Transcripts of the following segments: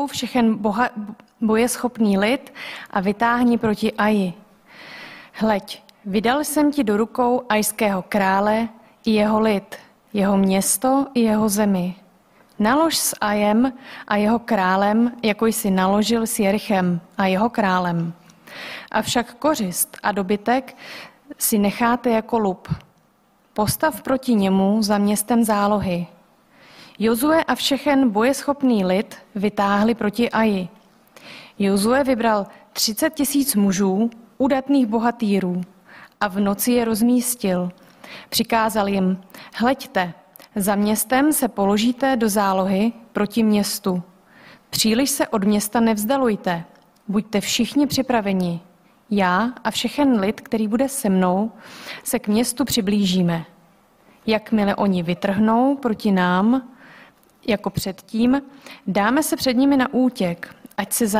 rukou všechen bojeschopný lid a vytáhni proti Aji. Hleď, vydal jsem ti do rukou ajského krále i jeho lid, jeho město i jeho zemi. Nalož s Ajem a jeho králem, jako jsi naložil s Jerichem a jeho králem. Avšak kořist a dobytek si necháte jako lup. Postav proti němu za městem zálohy. Jozue a všechen bojeschopný lid vytáhli proti Aji. Jozue vybral 30 000 mužů, udatných bohatýrů, a v noci je rozmístil. Přikázal jim, hleďte, za městem se položíte do zálohy proti městu. Příliš se od města nevzdalujte, buďte všichni připraveni. Já a všechen lid, který bude se mnou, se k městu přiblížíme. Jakmile oni vytrhnou proti nám, jako předtím, dáme se před nimi na útěk, ať za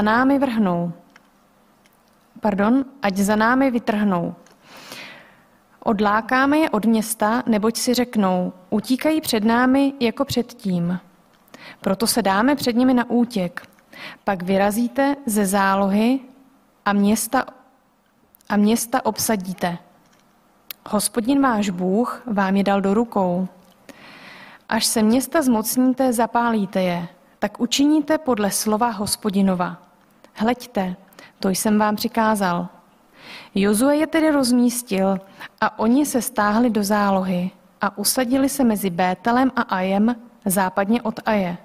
námi vytrhnou. Odlákáme je od města, neboť si řeknou, utíkají před námi jako předtím. Proto se dáme před nimi na útěk. Pak vyrazíte ze zálohy a města obsadíte. Hospodin váš Bůh vám je dal do rukou. Až se města zmocníte, zapálíte je, tak učiníte podle slova Hospodinova. Hleďte, to jsem vám přikázal. Jozue je tedy rozmístil a oni se stáhli do zálohy a usadili se mezi Bételem a Ajem západně od Aje.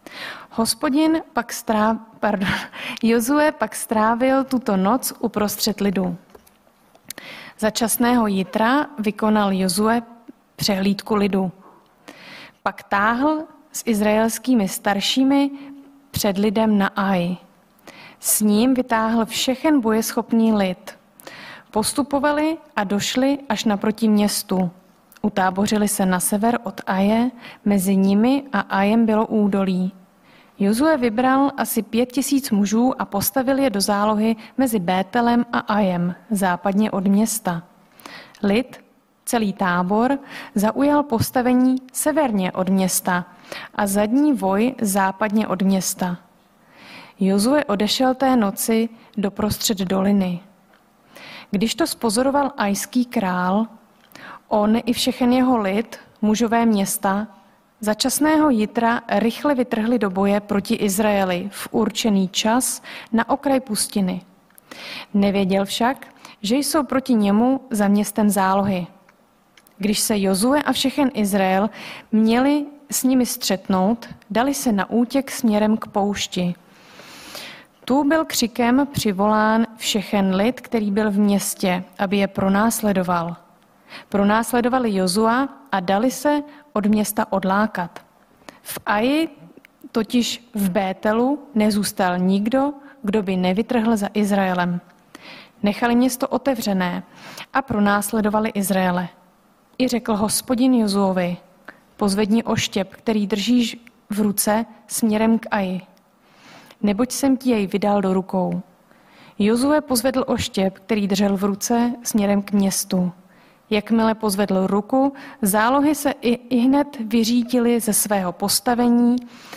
Jozue pak strávil tuto noc uprostřed lidu. Za časného jitra vykonal Jozue přehlídku lidu. Pak táhl s izraelskými staršími před lidem na Aj. S ním vytáhl všechen bojeschopný lid. Postupovali a došli až naproti městu. Utábořili se na sever od Aje, mezi nimi a Ajem bylo údolí. Jozue vybral asi 5 000 mužů a postavil je do zálohy mezi Bételem a Ajem, západně od města. Lid, celý tábor, zaujal postavení severně od města a zadní voj západně od města. Jozue odešel té noci doprostřed doliny. Když to spozoroval ajský král, on i všechen jeho lid, mužové města, za časného jitra rychle vytrhli do boje proti Izraeli v určený čas na okraj pustiny. Nevěděl však, že jsou proti němu za městem zálohy. Když se Jozue a všechen Izrael měli s nimi střetnout, dali se na útěk směrem k poušti. Tu byl křikem přivolán všechen lid, který byl v městě, aby je pronásledoval. Pronásledovali Jozua a dali se od města odlákat. V Aji, totiž v Bételu, nezůstal nikdo, kdo by nevytrhl za Izraelem. Nechali město otevřené a pronásledovali Izraele. I řekl Hospodin Jozuovi, pozvedni oštěp, který držíš v ruce směrem k Aji. Neboť jsem ti jej vydal do rukou. Jozue pozvedl oštěp, který držel v ruce směrem k městu. Jakmile pozvedl ruku, zálohy se ihned vyřítily ze svého postavení,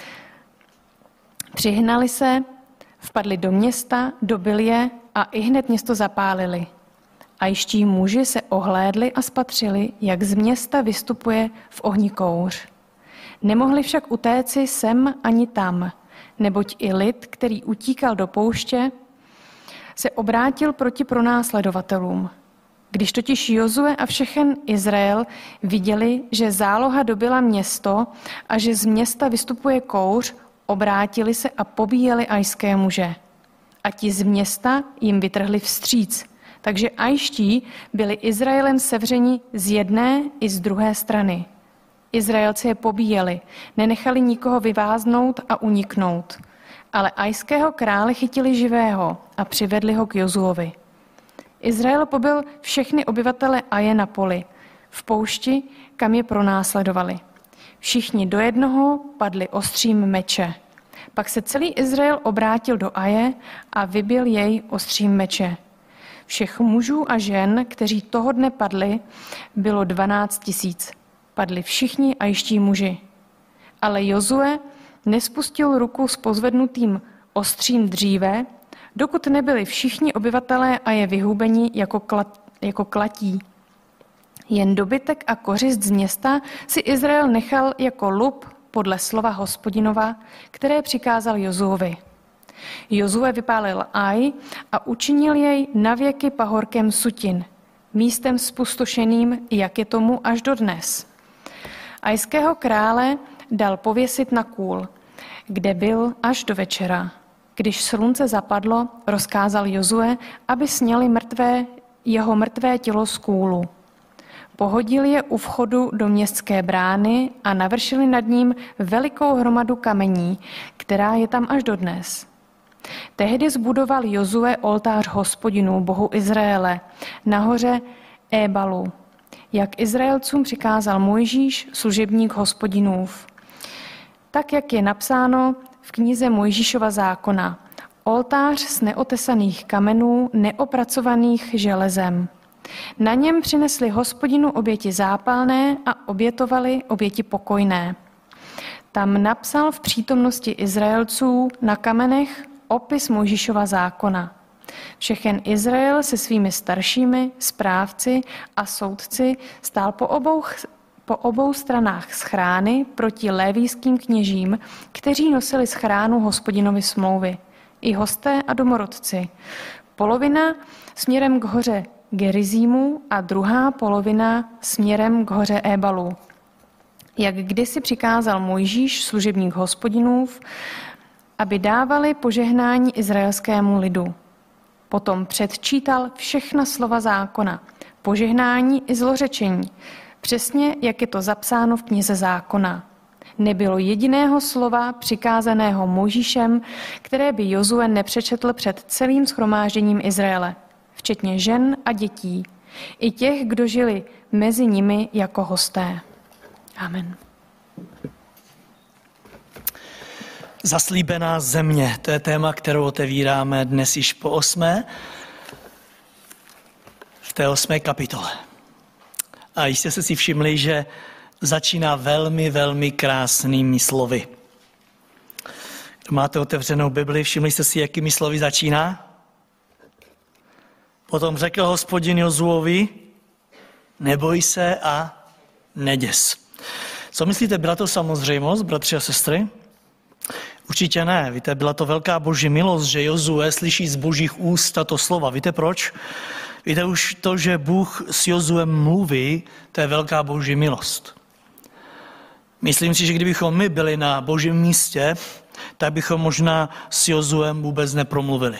přihnali se, vpadli do města, dobili je a ihned město zapálili. Ajští muži se ohlédli a spatřili, jak z města vystupuje v ohni kouř. Nemohli však utéci sem ani tam, neboť i lid, který utíkal do pouště, se obrátil proti pronásledovatelům. Když totiž Jozue a všechen Izrael viděli, že záloha dobila město a že z města vystupuje kouř, obrátili se a pobíjeli ajské muže. A ti z města jim vytrhli vstříc. Takže ajští byli Izraelem sevřeni z jedné i z druhé strany. Izraelci je pobíjeli, nenechali nikoho vyváznout a uniknout. Ale ajského krále chytili živého a přivedli ho k Jozuovi. Izrael pobil všechny obyvatele Aje na poli, v poušti, kam je pronásledovali. Všichni do jednoho padli ostřím meče. Pak se celý Izrael obrátil do Aje a vybil jej ostřím meče. Všech mužů a žen, kteří toho dne padli, bylo 12 000. Padli všichni ajští muži. Ale Jozue nespustil ruku s pozvednutým ostřím dříve, dokud nebyli všichni obyvatelé a je vyhubeni jako klatí. Jen dobytek a kořist z města si Izrael nechal jako lup podle slova Hospodinova, které přikázal Jozuovi. Jozue vypálil Aj a učinil jej navěky pahorkem sutin, místem spustošeným, jak je tomu až dodnes. Ajského krále dal pověsit na kůl, kde byl až do večera. Když slunce zapadlo, rozkázal Jozue, aby sněli jeho mrtvé tělo z kůlu. Pohodil je u vchodu do městské brány a navršili nad ním velikou hromadu kamení, která je tam až dodnes. Tehdy zbudoval Jozue oltář Hospodinu, Bohu Izraele, na hoře Ébalu, jak Izraelcům přikázal Mojžíš, služebník Hospodinův. Tak, jak je napsáno v knize Mojžíšova zákona. Oltář z neotesaných kamenů, neopracovaných železem. Na něm přinesli Hospodinu oběti zápalné a obětovali oběti pokojné. Tam napsal v přítomnosti Izraelců na kamenech opis Mojžíšova zákona. Všechen Izrael se svými staršími, správci a soudci stál po obou stranách schrány proti lévíským kněžím, kteří nosili schránu Hospodinovy smlouvy, i hosté a domorodci. Polovina směrem k hoře Gerizímu a druhá polovina směrem k hoře Ébalu. Jak kdysi přikázal Mojžíš, služebník Hospodinův, aby dávali požehnání izraelskému lidu. Potom předčítal všechna slova zákona, požehnání i zlořečení, přesně jak je to zapsáno v knize zákona. Nebylo jediného slova přikázaného Mojžíšem, které by Jozue nepřečetl před celým shromážděním Izraele, včetně žen a dětí, i těch, kdo žili mezi nimi jako hosté. Amen. Zaslíbená země, to je téma, kterou otevíráme dnes již po 8. v té 8. kapitole. A jistě jste si všimli, že začíná velmi, velmi krásnými slovy. Kdo máte otevřenou Bibli, všimli jste si, jakými slovy začíná? Potom řekl Hospodin Jozuovi, neboj se a neděs. Co myslíte, byla to samozřejmost, bratři a sestry? Určitě ne. Víte, byla to velká boží milost, že Jozue slyší z božích úst tato slova. Víte proč? Víte už to, že Bůh s Jozuem mluví, to je velká boží milost. Myslím si, že kdybychom my byli na božím místě, tak bychom možná s Jozuem vůbec nepromluvili.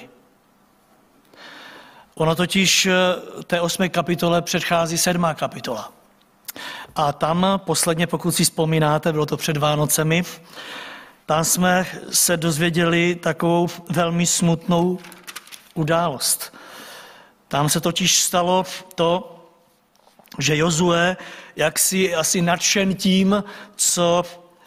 Ono totiž té 8. kapitole předchází 7. kapitola. A tam posledně, pokud si vzpomínáte, bylo to před Vánocemi, tam jsme se dozvěděli takovou velmi smutnou událost. Tam se totiž stalo to, že Jozue, jaksi asi nadšen tím, co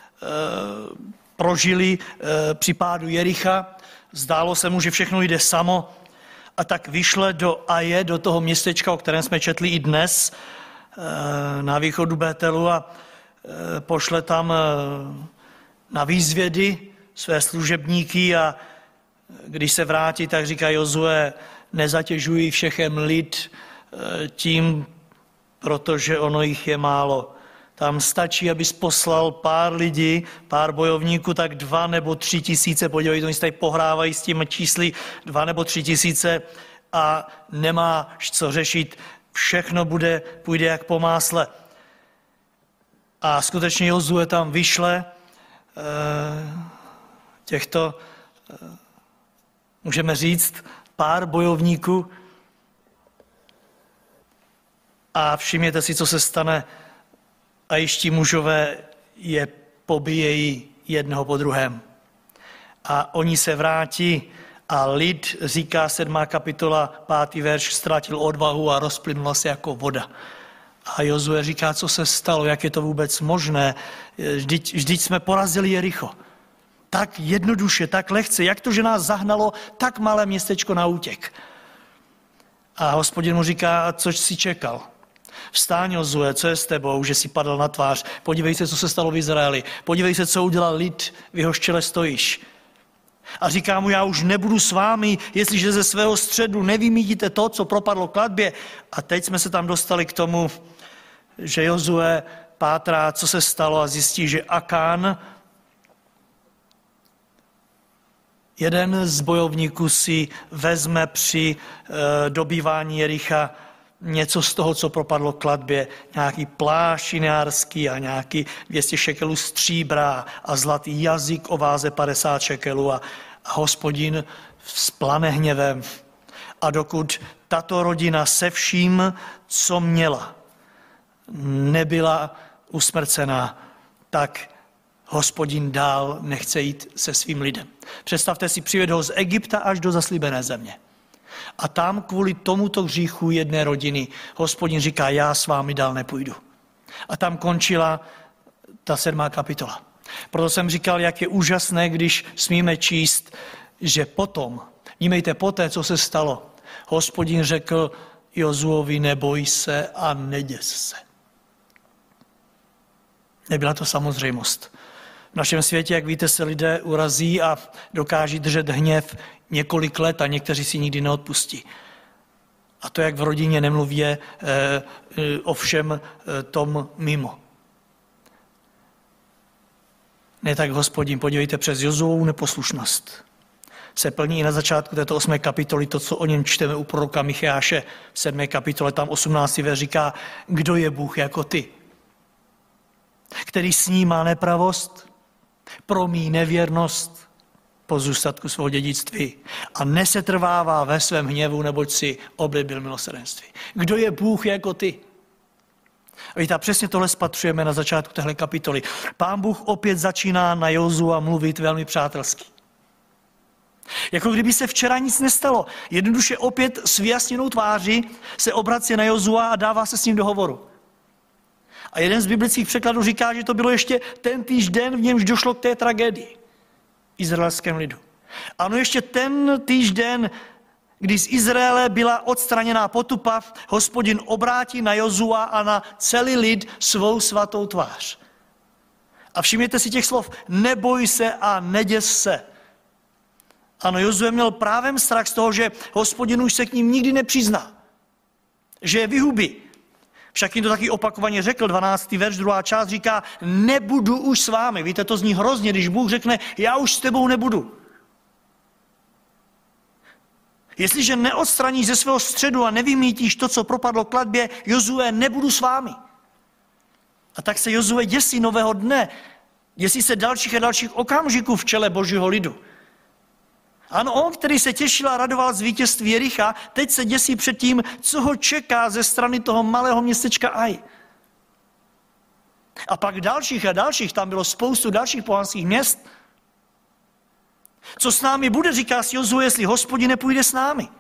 prožili při pádu Jericha, zdálo se mu, že všechno jde samo, a tak vyšle do Aje, do toho městečka, o kterém jsme četli i dnes, na východu Bételu, a pošle tam na výzvědy své služebníky, a když se vrátí, tak říká Jozue, nezatěžují všechen lid tím, protože ono jich je málo. Tam stačí, abys poslal pár lidí, pár bojovníků, tak 2 nebo 3 tisíce, podívejte, oni se tady pohrávají s těmi čísly, 2 nebo 3 tisíce a nemáš co řešit, všechno půjde jak po másle. A skutečně Jozue tam vyšle těchto, můžeme říct, pár bojovníků, a všimněte si, co se stane. Ajští mužové je pobijejí jednoho po druhém. A oni se vrátí a lid, říká 7. kapitola, 5. verš, ztratil odvahu a rozplynula se jako voda. A Jozue říká, co se stalo, jak je to vůbec možné. Vždyť jsme porazili Jericho. Tak jednoduše, tak lehce, jak to, že nás zahnalo tak malé městečko na útěk. A Hospodin mu říká, což jsi čekal? Vstáň, Jozue, co je s tebou, že jsi padl na tvář? Podívej se, co se stalo v Izraeli. Podívej se, co udělal lid, v jehož čele stojíš. A říká mu, já už nebudu s vámi, jestliže ze svého středu nevymítíte to, co propadlo klatbě. A teď jsme se tam dostali k tomu, že Jozue pátrá, co se stalo a zjistí, že Akán, jeden z bojovníků, si vezme při dobývání Jericha něco z toho, co propadlo klatbě, nějaký plášť šinářský a nějaký 200 šekelů stříbra a zlatý jazyk o váze 50 šekelů a Hospodin vzplane hněvem. A dokud tato rodina se vším, co měla, nebyla usmrcená, tak Hospodin dál nechce jít se svým lidem. Představte si, přived ho z Egypta až do zaslíbené země. A tam kvůli tomuto hříchu jedné rodiny Hospodin říká, já s vámi dál nepůjdu. A tam končila ta 7. kapitola. Proto jsem říkal, jak je úžasné, když smíme číst, že potom, vnímejte, poté, co se stalo, Hospodin řekl Jozuovi, neboj se a neděs se. Nebyla to samozřejmost. V našem světě, jak víte, se lidé urazí a dokáží držet hněv několik let a někteří si nikdy neodpustí. A to, jak v rodině nemluví o všem tom mimo. Ne tak Hospodin, podívejte, přes Jozuovu neposlušnost se plní i na začátku této 8. kapitoly to, co o něm čteme u proroka Micheáše v 7. kapitole, tam 18. verš říká, kdo je Bůh jako ty, který snímá nepravost, promí nevěrnost po zůstatku svého dědictví a nesetrvává ve svém hněvu, neboť si oblíbil milosrdenství. Kdo je Bůh jako ty? A víte, přesně tohle spatřujeme na začátku téhle kapitoly. Pán Bůh opět začíná na Jozua mluvit velmi přátelsky. Jako kdyby se včera nic nestalo. Jednoduše opět s vyjasněnou tváří se obrací na Jozua a dává se s ním do hovoru. A jeden z biblických překladů říká, že to bylo ještě ten týžden, v němž došlo k té tragédii izraelském lidu. Ano, ještě ten týžden, kdy z Izraele byla odstraněná potupa, Hospodin obrátí na Jozua a na celý lid svou svatou tvář. A všimněte si těch slov, neboj se a neděs se. Ano, Jozue měl právem strach z toho, že Hospodin už se k ním nikdy nepřizná, že je vyhubí. Však jim to taky opakovaně řekl, 12. verš, 2. část říká, nebudu už s vámi. Víte, to zní hrozně, když Bůh řekne, já už s tebou nebudu. Jestliže neodstraníš ze svého středu a nevymítíš to, co propadlo klatbě, Jozue, nebudu s vámi. A tak se Jozue děsí nového dne, děsí se dalších a dalších okamžiků v čele Božího lidu. Ano, on, který se těšil a radoval z vítězství Jericha, teď se děsí před tím, co ho čeká ze strany toho malého městečka Aj. A pak dalších a dalších, tam bylo spoustu dalších pohanských měst. Co s námi bude, říká si Jozue, jestli Hospodin nepůjde s námi.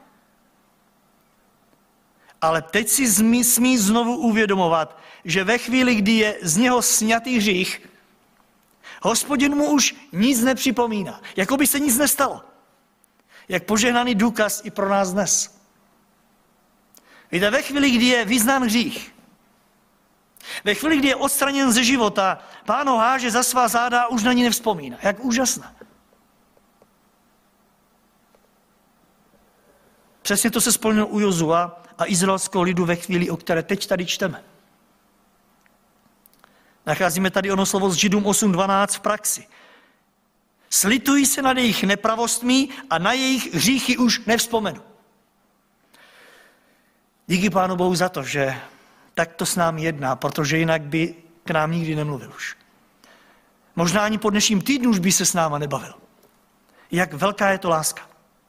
Ale teď si smí znovu uvědomovat, že ve chvíli, kdy je z něho sňatý hřích, Hospodin mu už nic nepřipomíná, jako by se nic nestalo. Jak požehnaný důkaz i pro nás dnes. Víte, ve chvíli, kdy je vyznán hřích, ve chvíli, kdy je odstraněn ze života, Pán ho háže za svá záda a už na ní nevzpomíná. Jak úžasné. Přesně to se splnilo u Jozua a izraelského lidu ve chvíli, o které teď tady čteme. Nacházíme tady ono slovo z Židům 8.12 v praxi. Slitují se nad jejich nepravostmi a na jejich hříchy už nevzpomenu. Díky Pánu Bohu za to, že takto s námi jedná, protože jinak by k nám nikdy nemluvil už. Možná ani po dnešním týdnu už by se s náma nebavil. Jak velká je to láska.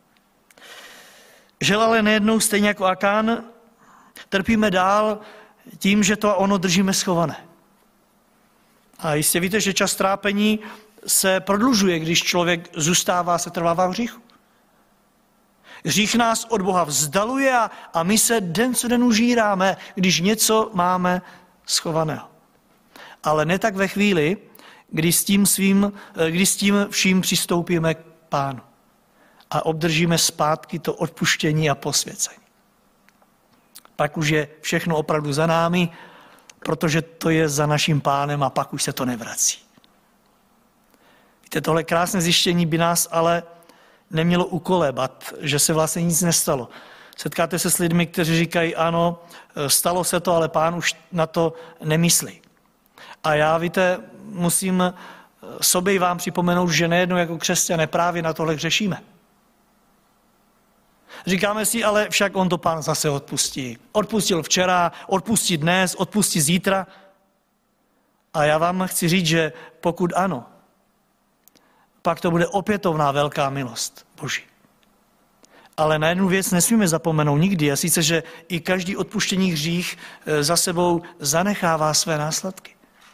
Žel ale nejednou stejně jako Akán trpíme dál tím, že to a ono držíme schované. A jistě víte, že čas trápení se prodlužuje, když člověk zůstává, se trvává v hříchu. Hřích nás od Boha vzdaluje a my se den co den užíráme, když něco máme schovaného. Ale ne tak ve chvíli, kdy s tím vším přistoupíme k Pánu a obdržíme zpátky to odpuštění a posvěcení. Pak už je všechno opravdu za námi, protože to je za naším Pánem a pak už se to nevrací. Víte, tohle krásné zjištění by nás ale nemělo ukolébat, že se vlastně nic nestalo. Setkáte se s lidmi, kteří říkají, ano, stalo se to, ale Pán už na to nemyslí. A já, víte, musím sobě i vám připomenout, že nejednou jako křesťané právě na tohle hřešíme. Říkáme si, ale však on to Pán zase odpustí. Odpustil včera, odpustí dnes, odpustí zítra. A já vám chci říct, že pokud ano, pak to bude opětovná velká milost Boží. Ale na jednu věc nesmíme zapomenout nikdy, a sice, že i každý odpuštěný hřích za sebou zanechává své následky.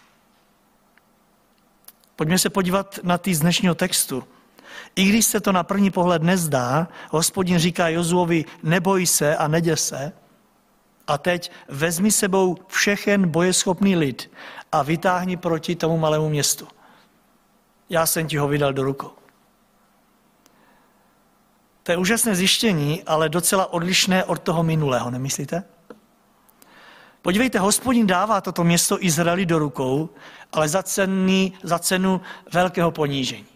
Pojďme se podívat na ty z dnešního textu. I když se to na první pohled nezdá, Hospodin říká Jozuovi, neboj se a neděs se, a teď vezmi sebou všechen bojeschopný lid a vytáhni proti tomu malému městu. Já jsem ti ho vydal do rukou. To je úžasné zjištění, ale docela odlišné od toho minulého, nemyslíte? Podívejte, Hospodin dává toto město Izraeli do rukou, ale za cenu velkého ponížení.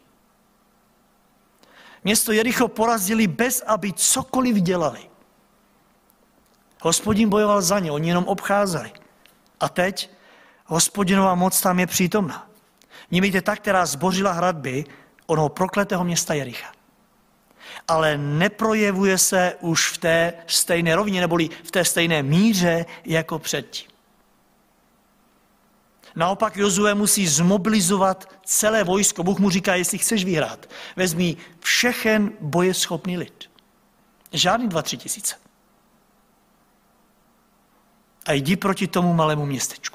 Město Jericho porazili bez, aby cokoliv dělali. Hospodin bojoval za ně, oni jenom obcházeli. A teď Hospodinová moc tam je přítomná. Nímejte ta, která zbořila hradby onoho prokletého města Jericha. Ale neprojevuje se už v té stejné rovině, neboli v té stejné míře jako předtím. Naopak Jozue musí zmobilizovat celé vojsko. Bůh mu říká, jestli chceš vyhrát, vezmi všechen bojeschopný lid. Žádný 2-3 tisíce. A jdi proti tomu malému městečku.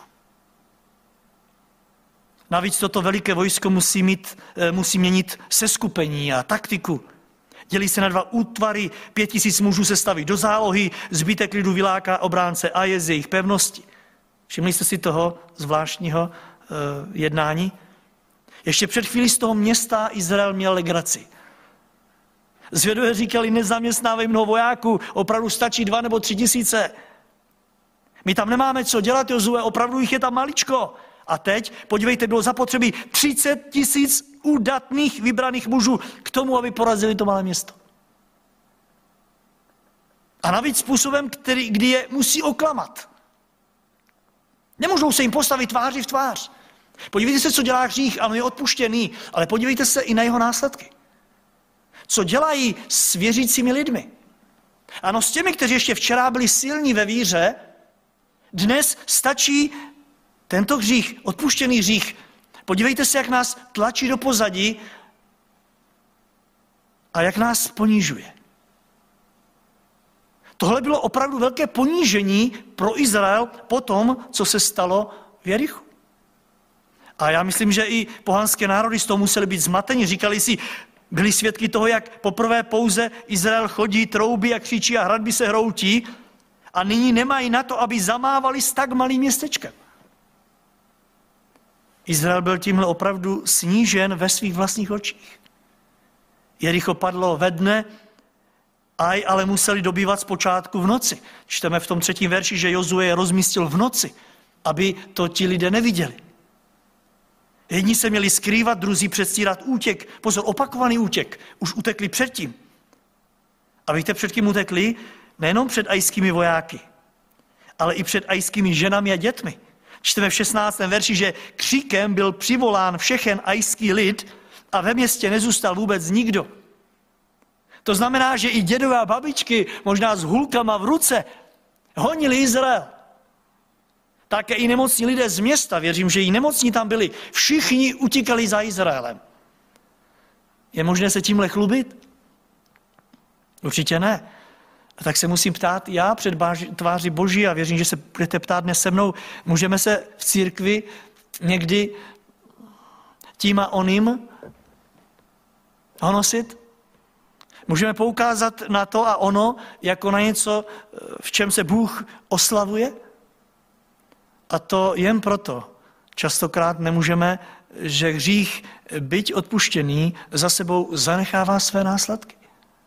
Navíc toto veliké vojsko musí měnit seskupení a taktiku. Dělí se na 2 útvary, 5000 mužů se staví do zálohy, zbytek lidu vyláká obránce a je z jejich pevnosti. Všimli jste si toho zvláštního jednání? Ještě před chvílí z toho města Izrael měl legraci. Zvědové říkali, nezaměstnávej mnoho vojáků, opravdu stačí 2 nebo 3 tisíce. My tam nemáme co dělat, Jozue, opravdu jich je tam maličko. A teď, podívejte, bylo zapotřebí 30 000 udatných vybraných mužů k tomu, aby porazili to malé město. A navíc způsobem, kdy je musí oklamat. Nemůžou se jim postavit tváři v tvář. Podívejte se, co dělá hřích, ano, je odpuštěný, ale podívejte se i na jeho následky. Co dělají s věřícími lidmi. Ano, s těmi, kteří ještě včera byli silní ve víře, dnes stačí tento hřích, odpuštěný hřích. Podívejte se, jak nás tlačí do pozadí a jak nás ponížuje. Tohle bylo opravdu velké ponížení pro Izrael po tom, co se stalo v Jerichu. A já myslím, že i pohanské národy z toho museli být zmateni. Říkali si, byli svědky toho, jak poprvé pouze Izrael chodí, troubí a křičí a hradby se hroutí a nyní nemají na to, aby zamávali s tak malým městečkem. Izrael byl tímhle opravdu snížen ve svých vlastních očích. Jericho padlo ve dne, ale museli dobývat zpočátku v noci. Čteme v tom 3. verši, že Jozue je rozmístil v noci, aby to ti lidé neviděli. Jedni se měli skrývat, druzí předstírat útěk. Pozor, opakovaný útěk. Už utekli předtím. A víte, před kým utekli? Nejenom před ajskými vojáky, ale i před ajskými ženami a dětmi. Čteme v 16. verši, že kříkem byl přivolán všechen ajský lid a ve městě nezůstal vůbec nikdo. To znamená, že i dědové a babičky, možná s hulkama v ruce, honili Izrael. Také i nemocní lidé z města, věřím, že i nemocní tam byli, všichni utíkali za Izraelem. Je možné se tímhle chlubit? Určitě ne. A tak se musím ptát já před tváří Boží a věřím, že se budete ptát dnes se mnou. Můžeme se v církvi někdy tím a oným honosit? Můžeme poukázat na to a ono jako na něco, v čem se Bůh oslavuje? A to jen proto častokrát nemůžeme, že hřích, byť odpuštěný, za sebou zanechává své následky.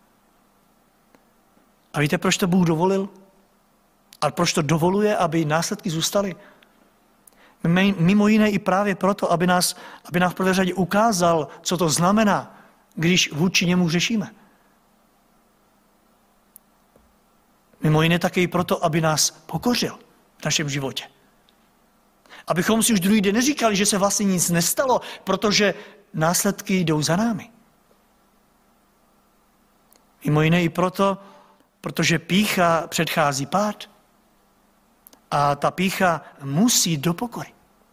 A víte, proč to Bůh dovolil? A proč to dovoluje, aby následky zůstaly? Mimo jiné i právě proto, aby nás v prvé řadě ukázal, co to znamená, když vůči němu řešíme. Mimo jiné také i proto, aby nás pokořil v našem životě. Abychom si už druhý den neříkali, že se vlastně nic nestalo, protože následky jdou za námi. Mimo jiné i proto, protože pýcha předchází pád. A ta pýcha musí do pokory.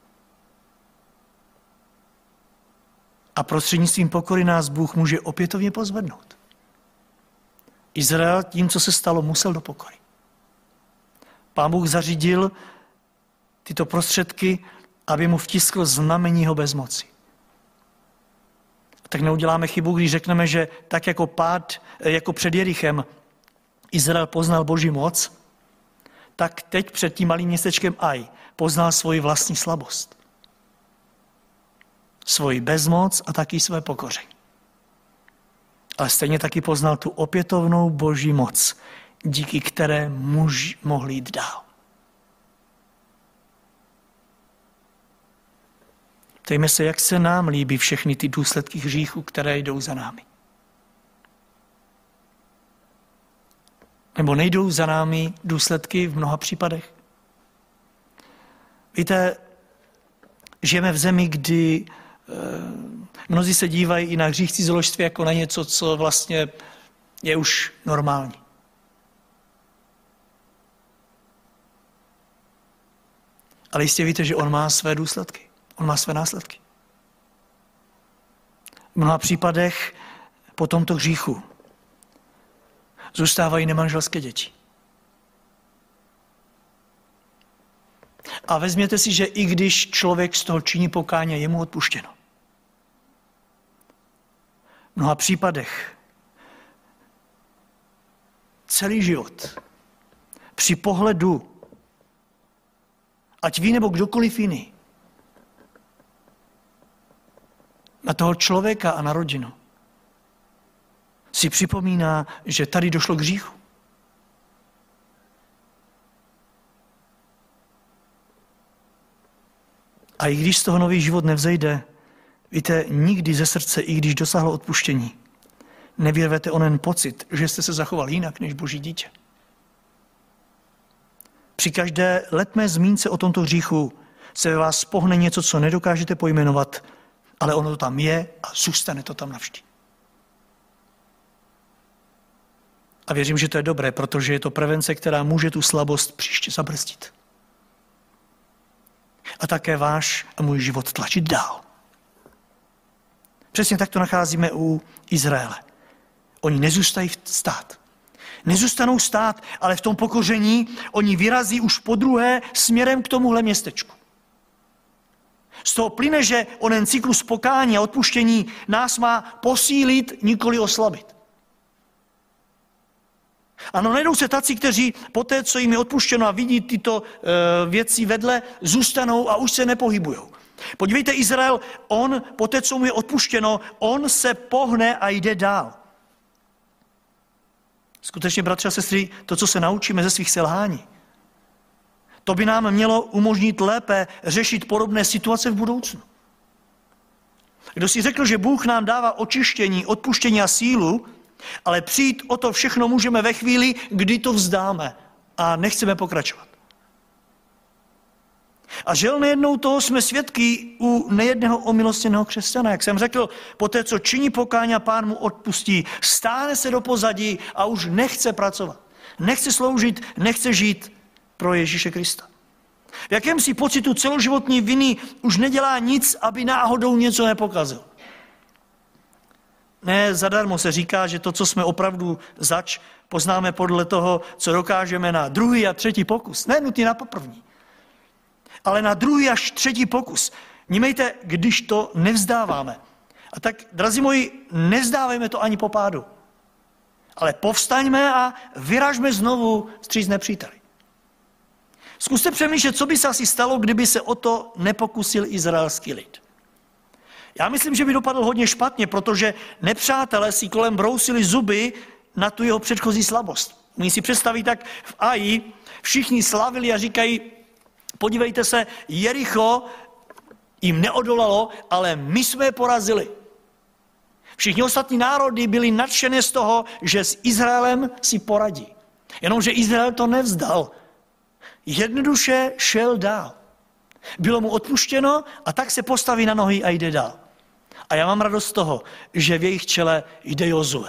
A prostřednictvím pokory nás Bůh může opětovně pozvednout. Izrael tím, co se stalo, musel do pokory. Pán Bůh zařídil tyto prostředky, aby mu vtiskl znamení jeho bezmoci. Tak neuděláme chybu, když řekneme, že tak jako před Jerichem Izrael poznal Boží moc, tak teď před tím malým městečkem Aj poznal svoji vlastní slabost. Svoji bezmoc a taky své pokoření. Ale stejně taky poznal tu opětovnou Boží moc, díky které muži mohli jít dál. Ptejme se, jak se nám líbí všechny ty důsledky hříchu, které jdou za námi. Nebo nejdou za námi důsledky v mnoha případech. Víte, žijeme v zemi, kdy mnozí se dívají i na hřích cizoložství jako na něco, co vlastně je už normální. Ale jistě víte, že on má své důsledky. On má své následky. V mnoha případech po tomto hříchu zůstávají nemanželské děti. A vezměte si, že i když člověk z toho činí pokání, je mu odpuštěno. V mnoha případech celý život při pohledu, ať ví nebo kdokoliv jiný, na toho člověka a na rodinu, si připomíná, že tady došlo k hříchu. A i když z toho nový život nevzejde, víte, nikdy ze srdce, i když dosáhlo odpuštění, nevyrvete onen pocit, že jste se zachoval jinak než Boží dítě. Při každé letmé zmínce o tomto hříchu se ve vás pohne něco, co nedokážete pojmenovat, ale ono to tam je a zůstane to tam navždy. A věřím, že to je dobré, protože je to prevence, která může tu slabost příště zabrzdit. A také váš a můj život tlačit dál. Přesně tak to nacházíme u Izraele. Oni nezůstají stát. Nezůstanou stát, ale v tom pokoření oni vyrazí už podruhé směrem k tomuhle městečku. Z toho plyne, že onen cyklus pokání a odpuštění nás má posílit, nikoli oslabit. Ano, najdou se tací, kteří poté, co jim je odpuštěno a vidí tyto věci vedle, zůstanou a už se nepojibujou. Podívejte, Izrael, on poté, co mu je odpuštěno, on se pohne a jde dál. Skutečně, bratři a sestry, to, co se naučíme ze svých selhání, to by nám mělo umožnit lépe řešit podobné situace v budoucnu. Kdo si řekl, že Bůh nám dává očištění, odpuštění a sílu, ale přijít o to všechno můžeme ve chvíli, kdy to vzdáme a nechceme pokračovat. A žel nejednou toho jsme svědky u nejedného omilostněného křesťana. Jak jsem řekl, poté, co činí pokání a Pán mu odpustí, stáhne se do pozadí a už nechce pracovat. Nechce sloužit, nechce žít pro Ježíše Krista. V jakémsi pocitu celoživotní viny už nedělá nic, aby náhodou něco nepokazil. Ne zadarmo se říká, že to, co jsme opravdu zač, poznáme podle toho, co dokážeme na druhý a třetí pokus. Ne nutně na poprvní, ale na druhý až třetí pokus. Nímejte, když to nevzdáváme. A tak, drazí moji, nevzdávejme to ani po pádu. Ale povstaňme a vyražme znovu vstříc nepříteli. Zkuste přemýšlet, co by se asi stalo, kdyby se o to nepokusil izraelský lid. Já myslím, že by dopadl hodně špatně, protože nepřátelé si kolem brousili zuby na tu jeho předchozí slabost. Můžu si představit, tak v Aji všichni slavili a říkají, podívejte se, Jericho jim neodolalo, ale my jsme je porazili. Všichni ostatní národy byli nadšené z toho, že s Izraelem si poradí. Jenomže Izrael to nevzdal. Jednoduše šel dál. Bylo mu odpuštěno a tak se postaví na nohy a jde dál. A já mám radost z toho, že v jejich čele jde Jozue.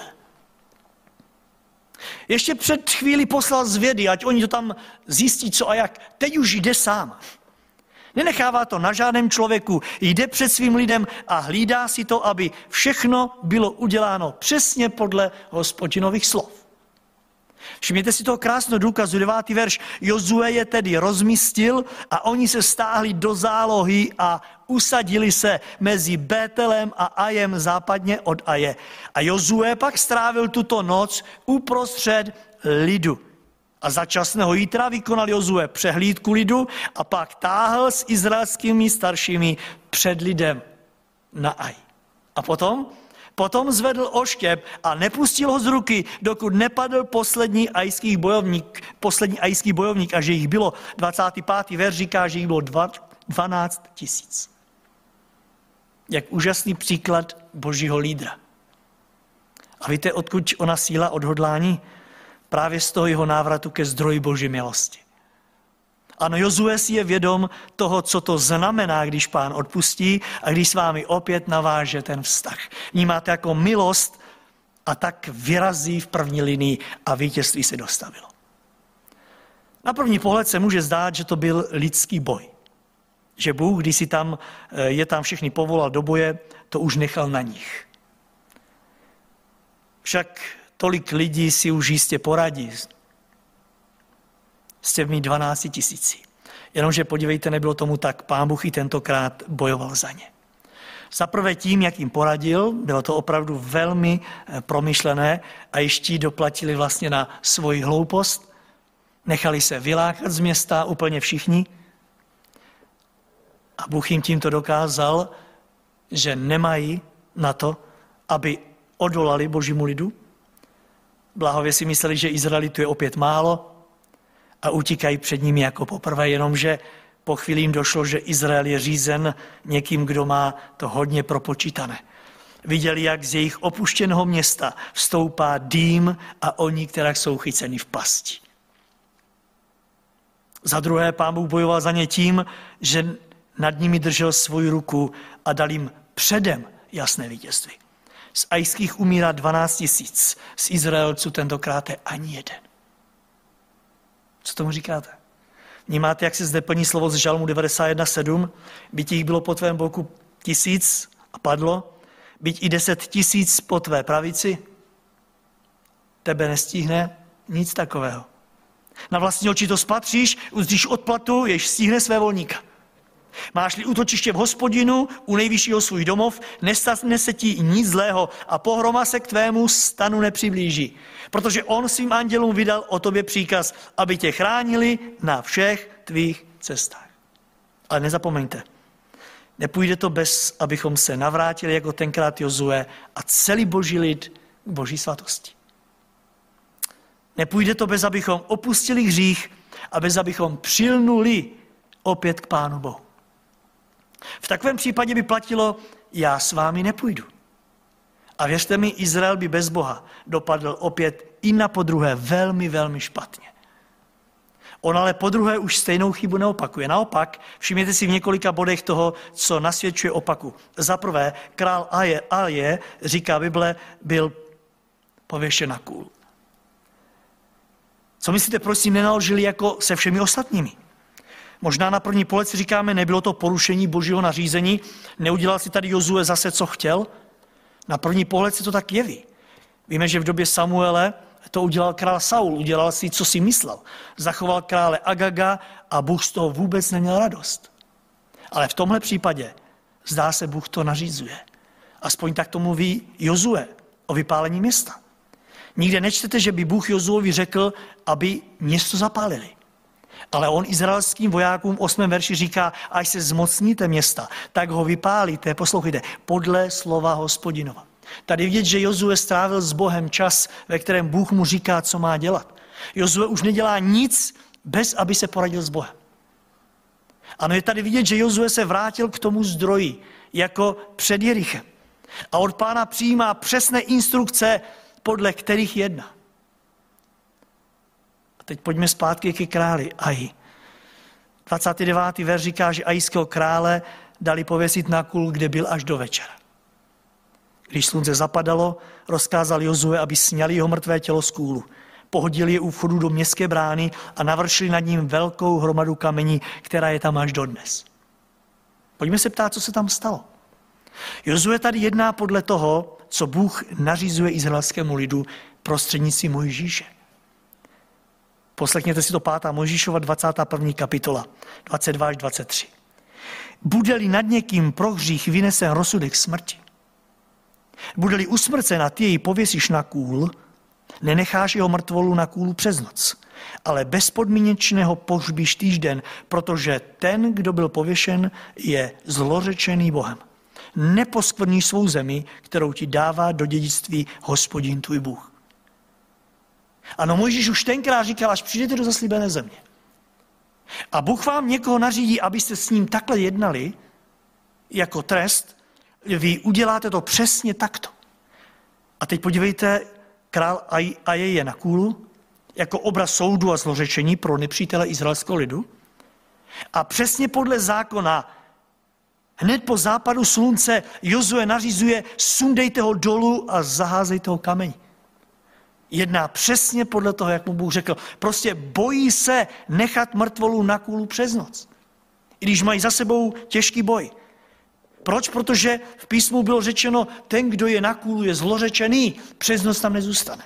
Ještě před chvílí poslal zvědy, ať oni to tam zjistí, co a jak. Teď už jde sám. Nenechává to na žádném člověku. Jde před svým lidem a hlídá si to, aby všechno bylo uděláno přesně podle Hospodinových slov. Všimněte si toho krásného důkazu, 9. verš. Jozue je tedy rozmístil a oni se stáhli do zálohy a usadili se mezi Bételem a Ajem západně od Aje. A Jozue pak strávil tuto noc uprostřed lidu. A za časného jítra vykonal Jozue přehlídku lidu a pak táhl s izraelskými staršími před lidem na Aj. A potom zvedl oštěp a nepustil ho z ruky, dokud nepadl poslední ajský bojovník, a že jich bylo, 25. verš říká, že jich bylo 12 000. Jak úžasný příklad božího lídra. A víte, odkud ona síla odhodlání? Právě z toho jeho návratu ke zdroji boží milosti. Ano, Jozue si je vědom toho, co to znamená, když Pán odpustí a když s vámi opět naváže ten vztah. Vnímáte jako milost a tak vyrazí v první linii a vítězství se dostavilo. Na první pohled se může zdát, že to byl lidský boj. Že Bůh, když je tam všechny povolal do boje, to už nechal na nich. Však tolik lidí si už jistě poradí s těmi 12 000. Jenomže podívejte, nebylo tomu tak. Pán Bůh i tentokrát bojoval za ně. Zaprvé tím, jak jim poradil, bylo to opravdu velmi promyšlené a ještě doplatili vlastně na svoji hloupost. Nechali se vylákat z města úplně všichni. A Bůh jim tímto dokázal, že nemají na to, aby odolali božímu lidu. Bláhově si mysleli, že Izraelitu je opět málo a utíkají před nimi jako poprvé, jenomže po chvíli jim došlo, že Izrael je řízen někým, kdo má to hodně propočítané. Viděli, jak z jejich opuštěného města vstoupá dým a oni, která jsou chyceni v pasti. Za druhé, Pán Bůh bojoval za ně tím, že nad nimi držel svoji ruku a dal jim předem jasné vítězství. Z ajských umírá 12 000, z Izraelců tentokrát je ani jeden. Co tomu říkáte? Vnímáte, jak se zde plní slovo z Žalmu 91:7? Byť jich bylo po tvém boku 1000 a padlo, byť i 10 000 po tvé pravici, tebe nestihne nic takového. Na vlastní oči to spatříš, uzdíš odplatu, jež stihne své volníka. Máš-li útočiště v Hospodinu, u nejvyššího svůj domov, nestane se ti nic zlého a pohroma se k tvému stanu nepřiblíží. Protože on svým andělům vydal o tobě příkaz, aby tě chránili na všech tvých cestách. Ale nezapomeňte, nepůjde to bez, abychom se navrátili jako tenkrát Jozue a celý boží lid k boží svatosti. Nepůjde to bez, abychom opustili hřích a bez, abychom přilnuli opět k Pánu Bohu. V takovém případě by platilo, já s vámi nepůjdu. A věřte mi, Izrael by bez Boha dopadl opět i na podruhé velmi, velmi špatně. On ale podruhé už stejnou chybu neopakuje. Naopak, všimněte si v několika bodech toho, co nasvědčuje opaku. Za prvé, král Aje, říká Bible, byl pověšen na kůl. Co myslíte, proč si nenaložili jako se všemi ostatními? Možná na první pohled si říkáme, nebylo to porušení božího nařízení, neudělal si tady Jozue zase, co chtěl. Na první pohled se to tak jeví. Víme, že v době Samuele to udělal král Saul, udělal si, co si myslel. Zachoval krále Agaga a Bůh z toho vůbec neměl radost. Ale v tomhle případě, zdá se, Bůh to nařízuje. Aspoň tak to mluví Jozue o vypálení města. Nikde nečtete, že by Bůh Jozuovi řekl, aby město zapálili. Ale on izraelským vojákům v 8. verši říká, až se zmocníte města, tak ho vypálíte, poslouchejte, podle slova Hospodinova. Tady vidět, že Jozue strávil s Bohem čas, ve kterém Bůh mu říká, co má dělat. Jozue už nedělá nic, bez aby se poradil s Bohem. Ano, je tady vidět, že Jozue se vrátil k tomu zdroji, jako před Jerichem. A od Pána přijímá přesné instrukce, podle kterých jedná. A teď pojďme zpátky ke králi Aji. 29. verš říká, že ajského krále dali pověsit na kůl, kde byl až do večera. Když slunce zapadalo, rozkázal Jozue, aby sňali jeho mrtvé tělo z kůlu. Pohodili je u vchodu do městské brány a navršili nad ním velkou hromadu kamení, která je tam až dodnes. Pojďme se ptát, co se tam stalo. Jozue tady jedná podle toho, co Bůh nařizuje izraelskému lidu prostřednictvím Mojžíše. Poslechněte si to 5. Mojžíšova 21. kapitola, 22 až 23. Bude-li nad někým pro hřích vynesen rozsudek smrti, bude-li usmrcen a ty jej pověsíš na kůl, nenecháš jeho mrtvolu na kůlu přes noc, ale bezpodmínečně ho pohřbíš týžden, protože ten, kdo byl pověšen, je zlořečený Bohem. Neposkvrníš svou zemi, kterou ti dává do dědictví Hospodin tvůj Bůh. Ano, Mojžíš už tenkrát říkal, až přijdete do zaslíbené země. A Bůh vám někoho nařídí, abyste s ním takhle jednali, jako trest, vy uděláte to přesně takto. A teď podívejte, král Aje je na kůlu, jako obraz soudu a zlořečení pro nepřítele izraelského lidu. A přesně podle zákona, hned po západu slunce, Jozue nařizuje, sundejte ho dolů a zaházejte ho kamení. Jedná přesně podle toho, jak mu Bůh řekl. Prostě bojí se nechat mrtvolu na kůlu přes noc. I když mají za sebou těžký boj. Proč? Protože v písmu bylo řečeno, ten, kdo je na kůlu, je zlořečený, přes noc tam nezůstane.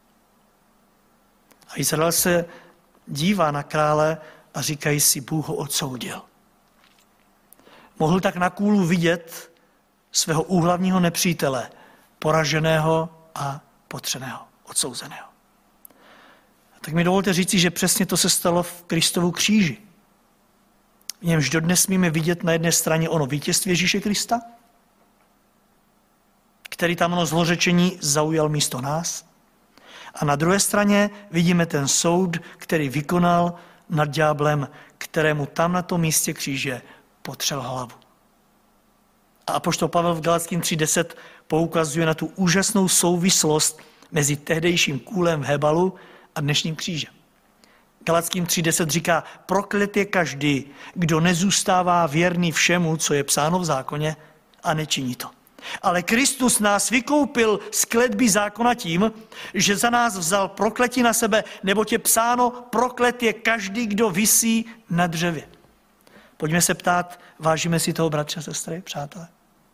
A Izrael se dívá na krále a říkají si, Bůh ho odsoudil. Mohl tak na kůlu vidět svého úhlavního nepřítele, poraženého a potřeného, odsouzeného. A tak mi dovolte říci, že přesně to se stalo v Kristovu kříži. V němž dodnes smíme vidět na jedné straně ono vítězství Ježíše Krista, který tam ono zlořečení zaujal místo nás. A na druhé straně vidíme ten soud, který vykonal nad ďáblem, kterému tam na tom místě kříže potřel hlavu. A apoštol Pavel v Galackým 3.10 poukazuje na tu úžasnou souvislost mezi tehdejším kůlem v Hebalu a dnešním křížem. Galackým 3.10 říká, proklet je každý, kdo nezůstává věrný všemu, co je psáno v zákoně a nečiní to. Ale Kristus nás vykoupil z kletby zákona tím, že za nás vzal prokletí na sebe, neboť je psáno, proklet je každý, kdo visí na dřevě. Pojďme se ptát, vážíme si toho, bratře, sestry, přátelé?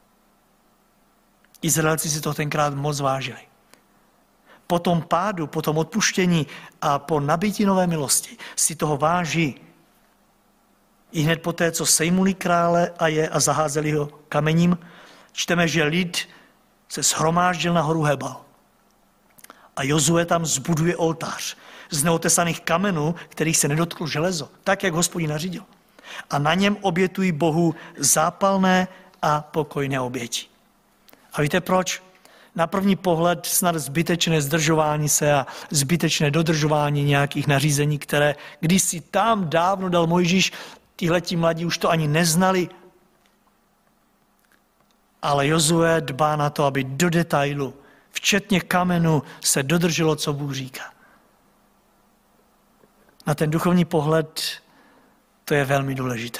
Izraelci si to tenkrát moc vážili. Po tom pádu, po tom odpuštění a po nabití nové milosti si toho váží. I hned poté, co sejmuli krále a zaházeli ho kamením, čteme, že lid se shromáždil na horu Hebal. A Jozue tam zbuduje oltář z neotesaných kamenů, kterých se nedotklo železo, tak, jak Hospodin nařídil. A na něm obětují Bohu zápalné a pokojné oběti. A víte proč? Na první pohled snad zbytečné zdržování se a zbytečné dodržování nějakých nařízení, které když si tam dávno dal Mojžíš, tihleti mladí už to ani neznali. Ale Jozue dbá na to, aby do detailu, včetně kamenu, se dodrželo, co Bůh říká. Na ten duchovní pohled to je velmi důležité.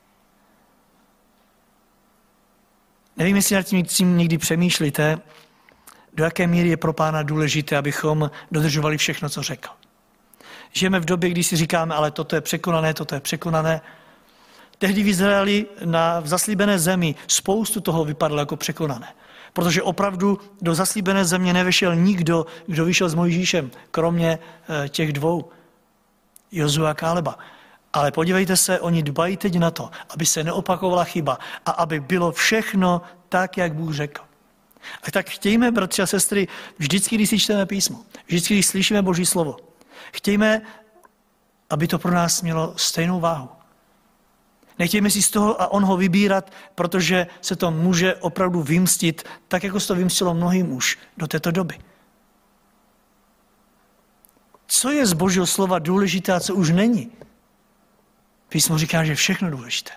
Nevím, jestli nad tím někdy přemýšlíte, do jaké míry je pro Pána důležité, abychom dodržovali všechno, co řekl. Žijeme v době, kdy si říkáme, ale toto je překonané, toto je překonané. Tehdy v Izraeli v zaslíbené zemi spoustu toho vypadalo jako překonané. Protože opravdu do zaslíbené země nevešel nikdo, kdo vyšel s Mojžíšem, kromě těch dvou, Jozua a Káleba. Ale podívejte se, oni dbají teď na to, aby se neopakovala chyba a aby bylo všechno tak, jak Bůh řekl. A tak chtějme, bratři a sestry, vždycky, když si čteme písmo, vždycky, když slyšíme Boží slovo, chtějme, aby to pro nás mělo stejnou váhu. Nechtějme si z toho a on ho vybírat, protože se to může opravdu vymstit, tak jako se to vymstilo mnohým už do této doby. Co je z Božího slova důležité a co už není? Písmo říká, že je všechno důležité.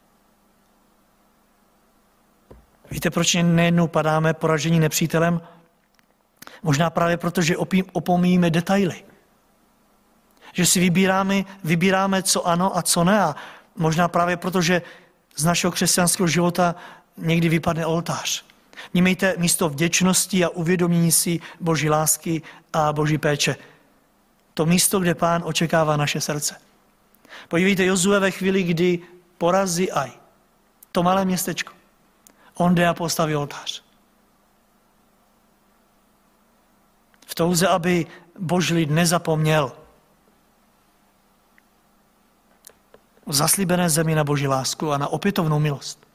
Víte, proč nejednou padáme poražení nepřítelem? Možná právě proto, že opomíjíme detaily. Že si vybíráme, co ano a co ne. A možná právě proto, že z našeho křesťanského života někdy vypadne oltář. Mějte místo vděčnosti a uvědomění si Boží lásky a Boží péče. To místo, kde Pán očekává naše srdce. Podívejte, Jozue ve chvíli, kdy porazí Aj, to malé městečko, on jde a postaví oltář. V touze, aby Boží lid nezapomněl o zaslíbené zemi na Boží lásku a na opětovnou milost.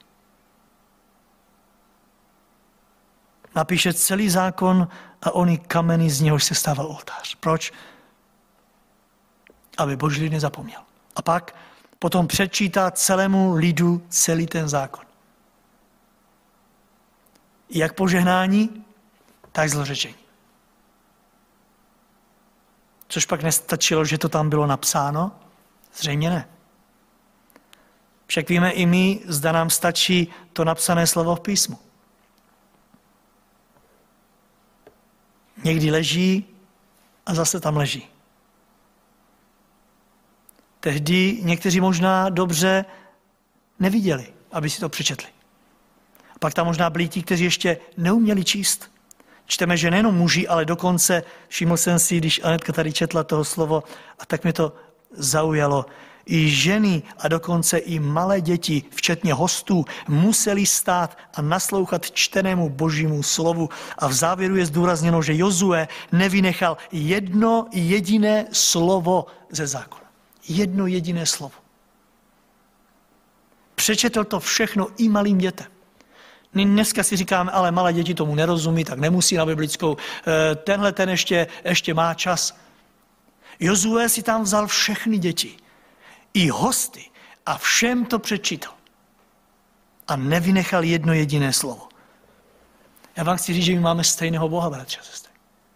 Napíše celý zákon a ony kameny, z něhož se stával oltář. Proč? Aby Boží lid nezapomněl. A pak potom předčítá celému lidu celý ten zákon. Jak požehnání, tak zlořečení. Což pak nestačilo, že to tam bylo napsáno? Zřejmě ne. Však víme i my, zda nám stačí to napsané slovo v písmu. Někdy leží a zase tam leží. Tehdy někteří možná dobře neviděli, aby si to přečetli. Pak tam možná byli ti, kteří ještě neuměli číst. Čteme, že nejenom muži, ale dokonce, všiml jsem si, když Anetka tady četla toho slovo, a tak mě to zaujalo, i ženy a dokonce i malé děti, včetně hostů, museli stát a naslouchat čtenému Božímu slovu. A v závěru je zdůrazněno, že Jozue nevynechal jedno jediné slovo ze zákona. Jedno jediné slovo. Přečetl to všechno i malým dětem. Dneska si říkáme, ale malé děti tomu nerozumí, tak nemusí na biblickou. Tenhle ten ještě má čas. Jozue si tam vzal všechny děti, i hosty, a všem to přečítal. A nevynechal jedno jediné slovo. Já vám chci říct, že my máme stejného Boha, bratři a sestry.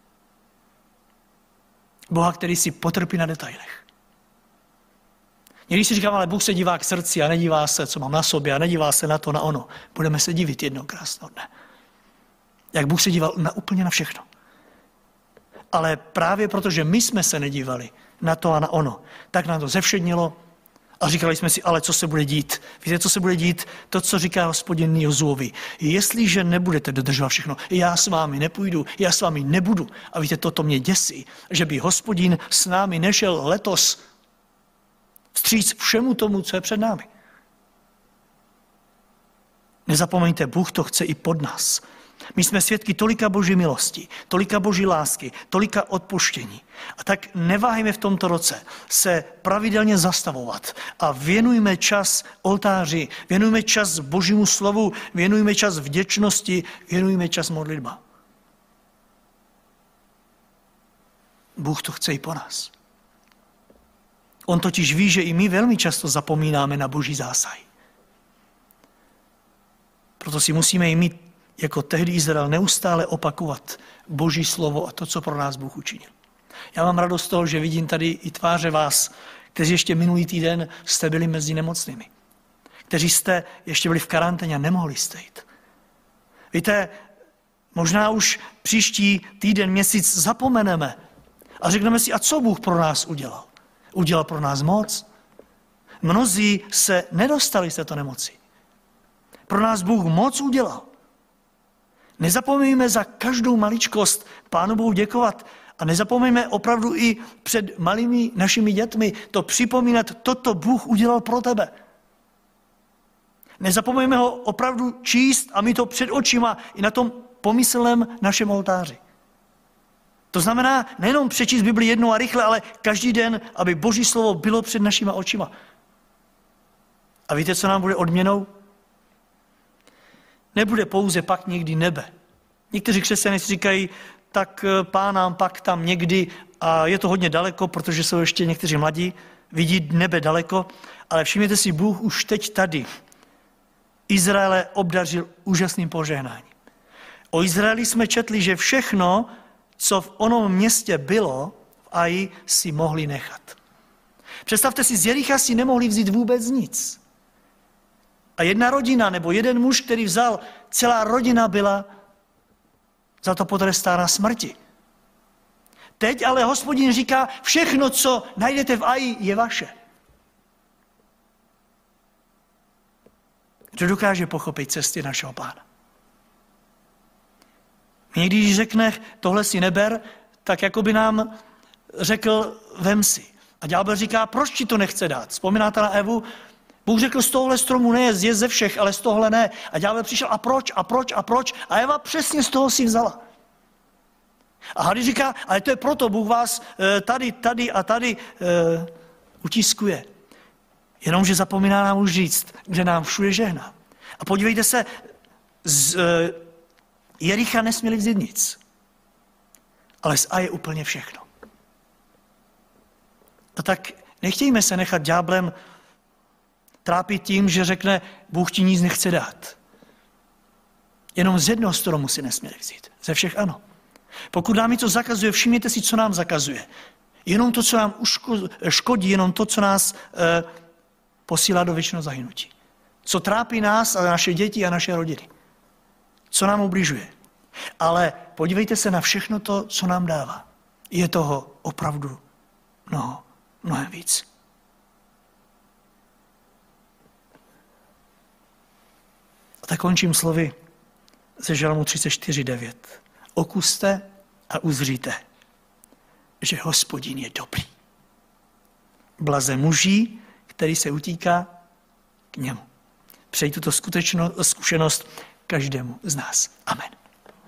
Boha, který si potrpí na detailech. Někdy si říkám, ale Bůh se dívá k srdci a nedívá se, co mám na sobě, a nedívá se na to, na ono. Budeme se divit jednou krásného dne. Jak Bůh se díval úplně na všechno. Ale právě protože my jsme se nedívali na to a na ono, tak nám to zevšednilo a říkali jsme si, ale co se bude dít? Víte, co se bude dít? To, co říká Hospodin Jozuovi. Jestliže nebudete dodržovat všechno, já s vámi nepůjdu, já s vámi nebudu. A víte, toto mě děsí, že by Hospodin s námi nešel letos vstříc všemu tomu, co je před námi. Nezapomeňte, Bůh to chce i pod nás. My jsme svědky tolika Boží milosti, tolika Boží lásky, tolika odpuštění. A tak neváhejme v tomto roce se pravidelně zastavovat a věnujme čas oltáři, věnujme čas Božímu slovu, věnujme čas vděčnosti, věnujme čas modlitba. Bůh to chce i po nás. On totiž ví, že i my velmi často zapomínáme na Boží zásahy. Proto si musíme i my, jako tehdy Izrael, neustále opakovat Boží slovo a to, co pro nás Bůh učinil. Já mám radost z toho, že vidím tady i tváře vás, kteří ještě minulý týden jste byli mezi nemocnými. Kteří jste ještě byli v karanténě a nemohli jste jít. Víte, možná už příští týden, měsíc zapomeneme a řekneme si, a co Bůh pro nás udělal? Udělal pro nás moc? Mnozí se nedostali z této nemoci. Pro nás Bůh moc udělal. Nezapomeňme za každou maličkost Pánu Bohu děkovat a nezapomeňme opravdu i před malými našimi dětmi to připomínat, toto Bůh udělal pro tebe. Nezapomeňme ho opravdu číst a mít to před očima i na tom pomyslném našem oltáři. To znamená nejenom přečíst Bibli jednou a rychle, ale každý den, aby Boží slovo bylo před našima očima. A víte, co nám bude odměnou? Nebude pouze pak někdy nebe. Někteří křesťané si říkají, tak Pán nám pak tam někdy, a je to hodně daleko, protože jsou ještě někteří mladí, vidí nebe daleko, ale všimněte si, Bůh už teď tady Izraele obdařil úžasným požehnáním. O Izraeli jsme četli, že všechno, co v onom městě bylo, v Aji si mohli nechat. Představte si, z Jericha si nemohli vzít vůbec nic. A jedna rodina nebo jeden muž, který vzal, celá rodina byla za to potrestána smrti. Teď ale Hospodin říká, všechno, co najdete v Aji, je vaše. Kdo dokáže pochopit cesty našeho Pána? Někdy, když řekne, tohle si neber, tak jako by nám řekl, vem si. A ďábel říká, proč ti to nechce dát? Vzpomínáte na Evu? Bůh řekl, z tohohle stromu ne, je ze všech, ale z tohle ne. A ďábel přišel, a proč? A Eva přesně z toho si vzala. A Hady říká, ale to je proto, Bůh vás tady a tady utiskuje. Jenomže zapomíná nám už říct, kde nám všude žehná. A podívejte se, z Jericha nesměli vzít nic, ale z Aje úplně všechno. A tak nechtějme se nechat ďáblem trápit tím, že řekne, Bůh ti nic nechce dát. Jenom z jednoho stromu si nesměli vzít. Ze všech ano. Pokud nám něco zakazuje, všimněte si, co nám zakazuje. Jenom to, co nám škodí, jenom to, co nás posílá do věčného zahynutí. Co trápí nás a naše děti a naše rodiny. Co nám ubližuje. Ale podívejte se na všechno to, co nám dává. Je toho opravdu mnohem víc. A tak končím slovy ze Žalmu 34:9. Okuste a uzříte, že Hospodin je dobrý. Blaze muží, který se utíká k němu. Přeji tuto zkušenost každému z nás. Amen.